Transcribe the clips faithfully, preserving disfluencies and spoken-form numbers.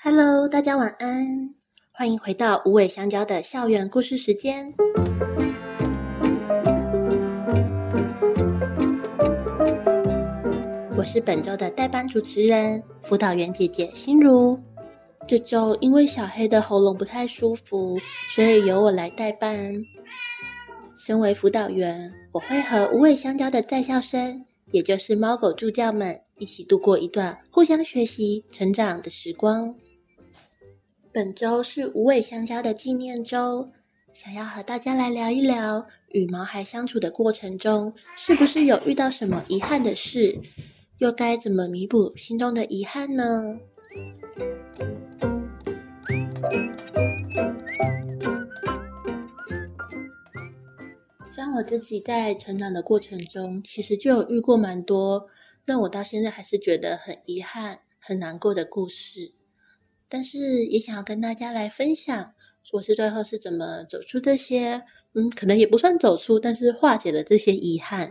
Hello， 大家晚安，欢迎回到无尾香蕉的校园故事时间。我是本周的代班主持人，辅导员姐姐心如。这周因为小黑的喉咙不太舒服，所以由我来代班。身为辅导员，我会和无尾香蕉的在校生，也就是猫狗助教们一起度过一段互相学习、成长的时光。本周是无尾香蕉的纪念周，想要和大家来聊一聊与毛孩相处的过程中，是不是有遇到什么遗憾的事，又该怎么弥补心中的遗憾呢？像我自己在成长的过程中，其实就有遇过蛮多让我到现在还是觉得很遗憾、很难过的故事。但是也想要跟大家来分享，我是最后是怎么走出这些，嗯，可能也不算走出，但是化解了这些遗憾。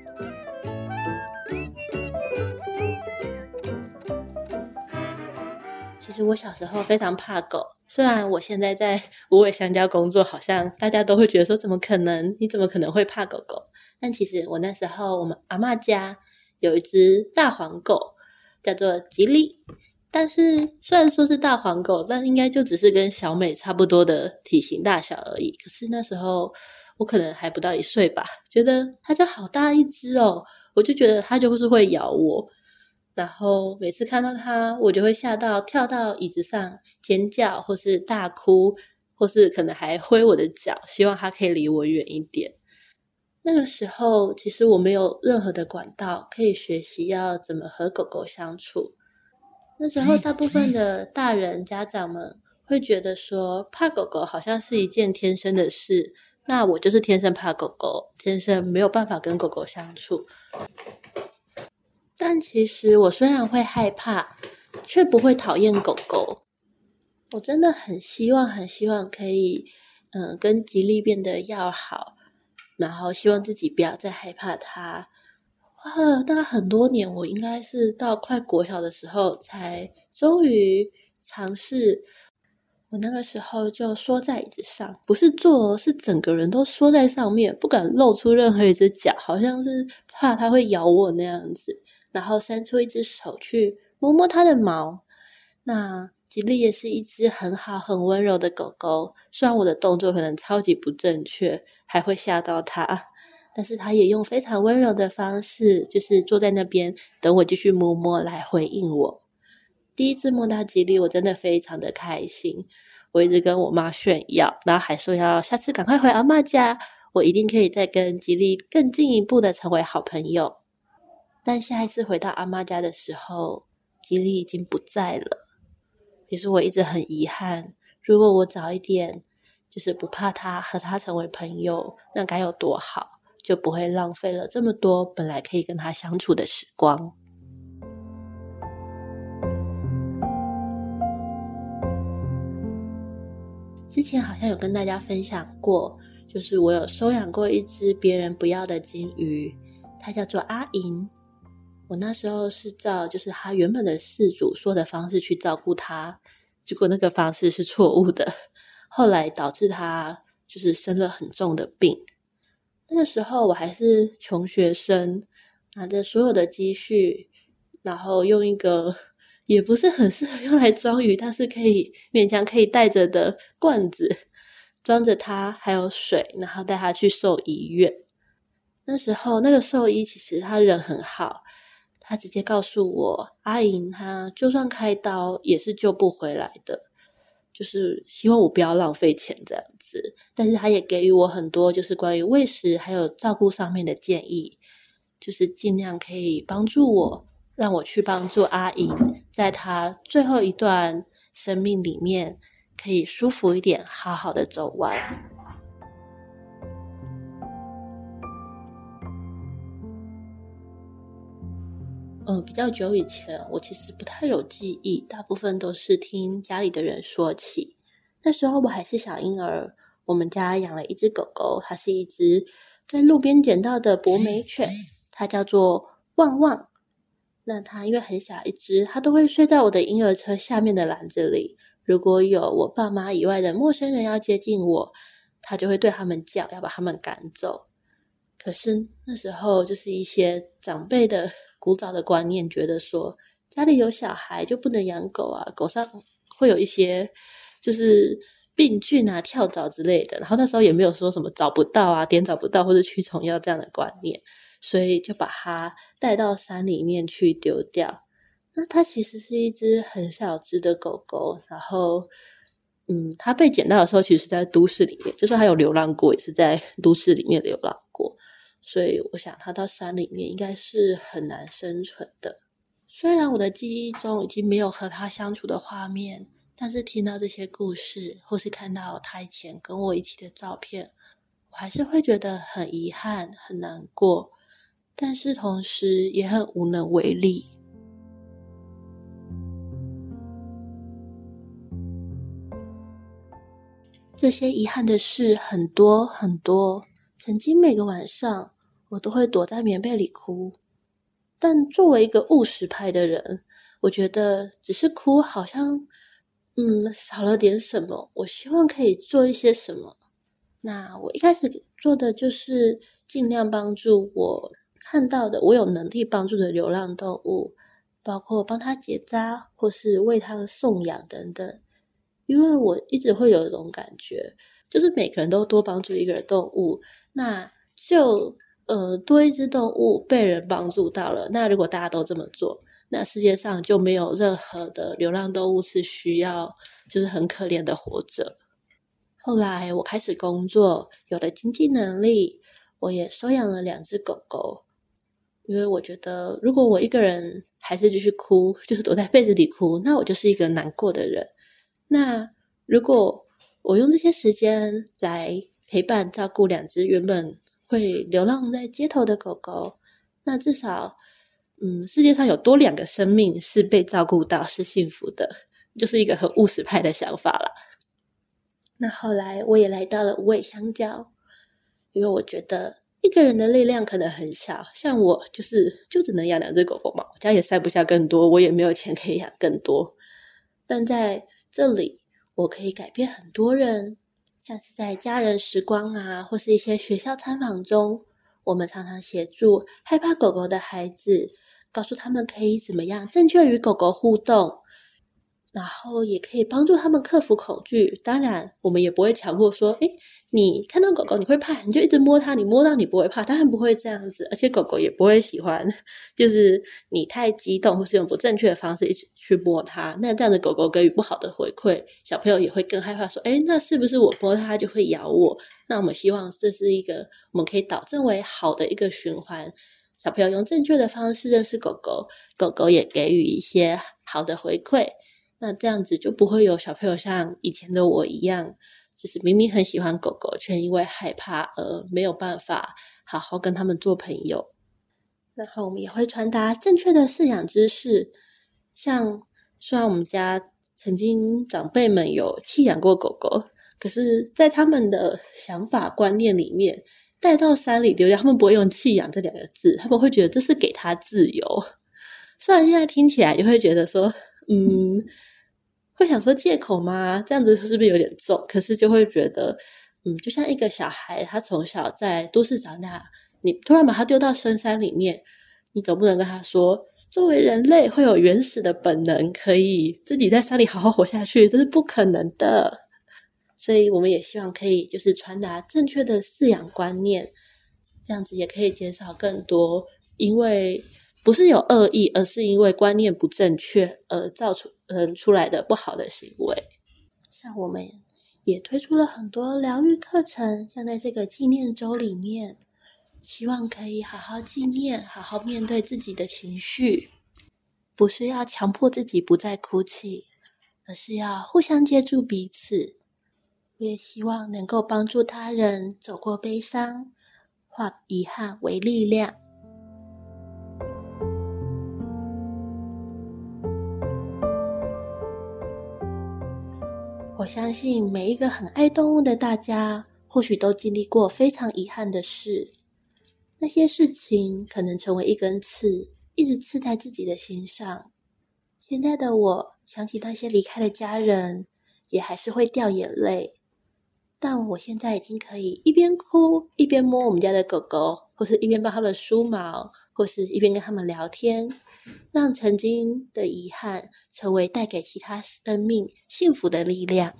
其实我小时候非常怕狗，虽然我现在在无尾香蕉工作，好像大家都会觉得说怎么可能，你怎么可能会怕狗狗？但其实我那时候我们阿嬷家有一只大黄狗，叫做吉利。但是虽然说是大黄狗，但应该就只是跟小美差不多的体型大小而已。可是那时候我可能还不到一岁吧，觉得它就好大一只哦，我就觉得它就是会咬我。然后每次看到它，我就会吓到跳到椅子上尖叫，或是大哭，或是可能还挥我的脚，希望它可以离我远一点。那个时候其实我没有任何的管道可以学习要怎么和狗狗相处。那时候大部分的大人家长们会觉得说怕狗狗好像是一件天生的事，那我就是天生怕狗狗，天生没有办法跟狗狗相处。但其实我虽然会害怕，却不会讨厌狗狗。我真的很希望很希望可以嗯、呃，跟吉利变得要好，然后希望自己不要再害怕它。花了大概很多年，我应该是到快国小的时候才终于尝试。我那个时候就缩在椅子上，不是坐，是整个人都缩在上面，不敢露出任何一只脚，好像是怕它会咬我那样子。然后伸出一只手去摸摸它的毛。那吉利也是一只很好很温柔的狗狗，虽然我的动作可能超级不正确，还会吓到它，但是它也用非常温柔的方式，就是坐在那边等我继续摸摸来回应我。第一次摸到吉利，我真的非常的开心，我一直跟我妈炫耀，然后还说要下次赶快回阿嬷家，我一定可以再跟吉利更进一步的成为好朋友。但下一次回到阿嬷家的时候，吉利已经不在了。其实我一直很遗憾，如果我早一点就是不怕他，和他成为朋友，那该有多好，就不会浪费了这么多本来可以跟他相处的时光。之前好像有跟大家分享过，就是我有收养过一只别人不要的金鱼，它叫做阿银。我那时候是照就是他原本的饲主说的方式去照顾他，结果那个方式是错误的，后来导致他就是生了很重的病。那个时候我还是穷学生，拿着所有的积蓄，然后用一个也不是很适合用来装鱼，但是可以勉强可以带着的罐子装着他还有水，然后带他去兽医院。那时候那个兽医其实他人很好，他直接告诉我，阿银他就算开刀也是救不回来的，就是希望我不要浪费钱这样子。但是他也给予我很多就是关于喂食还有照顾上面的建议，就是尽量可以帮助我，让我去帮助阿银在他最后一段生命里面可以舒服一点，好好的走完。呃，比较久以前，我其实不太有记忆，大部分都是听家里的人说起。那时候我还是小婴儿，我们家养了一只狗狗，它是一只在路边捡到的博美犬，它叫做旺旺。 那它因为很小一只，它都会睡在我的婴儿车下面的篮子里。如果有我爸妈以外的陌生人要接近我，它就会对他们叫，要把他们赶走。可是那时候就是一些长辈的古早的观念，觉得说家里有小孩就不能养狗啊，狗上会有一些就是病菌啊、跳蚤之类的。然后那时候也没有说什么找不到啊、点找不到或者驱虫药这样的观念，所以就把它带到山里面去丢掉。那它其实是一只很小只的狗狗，然后嗯，它被捡到的时候其实是在都市里面，就是它有流浪过，也是在都市里面流浪过，所以我想它到山里面应该是很难生存的。虽然我的记忆中已经没有和它相处的画面，但是听到这些故事，或是看到它以前跟我一起的照片，我还是会觉得很遗憾、很难过，但是同时也很无能为力。这些遗憾的事很多很多，曾经每个晚上我都会躲在棉被里哭。但作为一个务实派的人，我觉得只是哭好像嗯少了点什么，我希望可以做一些什么。那我一开始做的就是尽量帮助我看到的我有能力帮助的流浪动物，包括帮它结扎或是为它送养等等。因为我一直会有一种感觉，就是每个人都多帮助一个动物，那就呃多一只动物被人帮助到了。那如果大家都这么做，那世界上就没有任何的流浪动物是需要就是很可怜的活着。后来我开始工作，有了经济能力，我也收养了两只狗狗。因为我觉得如果我一个人还是继续哭，就是躲在被子里哭，那我就是一个难过的人。那如果我用这些时间来陪伴照顾两只原本会流浪在街头的狗狗，那至少嗯，世界上有多两个生命是被照顾到，是幸福的，就是一个很务实派的想法啦。那后来我也来到了无尾香蕉，因为我觉得一个人的力量可能很小，像我就是就只能养两只狗狗嘛，我家也塞不下更多，我也没有钱可以养更多。但在这里我可以改变很多人，像是在家人时光啊，或是一些学校参访中，我们常常协助害怕狗狗的孩子，告诉他们可以怎么样正确与狗狗互动，然后也可以帮助他们克服恐惧。当然我们也不会强迫说诶，你看到狗狗你会怕，你就一直摸它，你摸到你不会怕，当然不会这样子。而且狗狗也不会喜欢就是你太激动或是用不正确的方式一直去摸它，那这样的狗狗给予不好的回馈，小朋友也会更害怕说诶，那是不是我摸它就会咬我。那我们希望这是一个我们可以导正为好的一个循环，小朋友用正确的方式认识狗狗，狗狗也给予一些好的回馈，那这样子就不会有小朋友像以前的我一样，就是明明很喜欢狗狗，却因为害怕而没有办法好好跟他们做朋友。然后我们也会传达正确的饲养知识，像虽然我们家曾经长辈们有弃养过狗狗，可是在他们的想法观念里面，带到山里丢掉，他们不会用弃养这两个字，他们会觉得这是给他自由。虽然现在听起来也会觉得说嗯，会想说借口吗？这样子是不是有点重？可是就会觉得嗯，就像一个小孩他从小在都市长大，你突然把他丢到深山里面，你总不能跟他说作为人类会有原始的本能，可以自己在山里好好活下去，这是不可能的。所以我们也希望可以就是传达正确的饲养观念，这样子也可以减少更多因为不是有恶意，而是因为观念不正确而造出嗯出来的不好的行为。像我们也推出了很多疗愈课程，像在这个纪念周里面，希望可以好好纪念，好好面对自己的情绪，不是要强迫自己不再哭泣，而是要互相接住彼此。我也希望能够帮助他人走过悲伤，化遗憾为力量。我相信每一个很爱动物的大家，或许都经历过非常遗憾的事。那些事情可能成为一根刺， 一直刺在自己的心上。现在的我想起那些离开的家人，也还是会掉眼泪。但我现在已经可以一边哭一边摸我们家的狗狗，或是一边帮他们梳毛，或是一边跟他们聊天，让曾经的遗憾成为带给其他生命幸福的力量。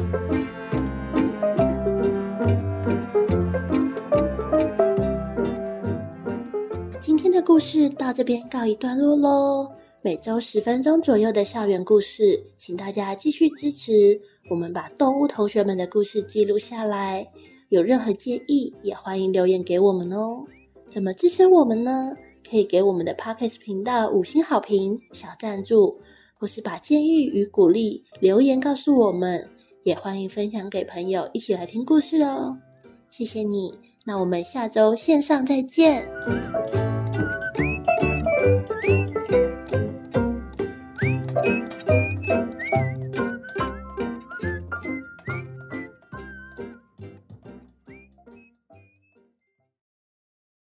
今天的故事到这边告一段落咯。每周十分钟左右的校园故事，请大家继续支持，我们把动物同学们的故事记录下来。有任何建议也欢迎留言给我们哦。怎么支持我们呢？可以给我们的 Podcast 频道五星好评、小赞助，或是把建议与鼓励留言告诉我们，也欢迎分享给朋友一起来听故事哦。谢谢你，那我们下周线上再见。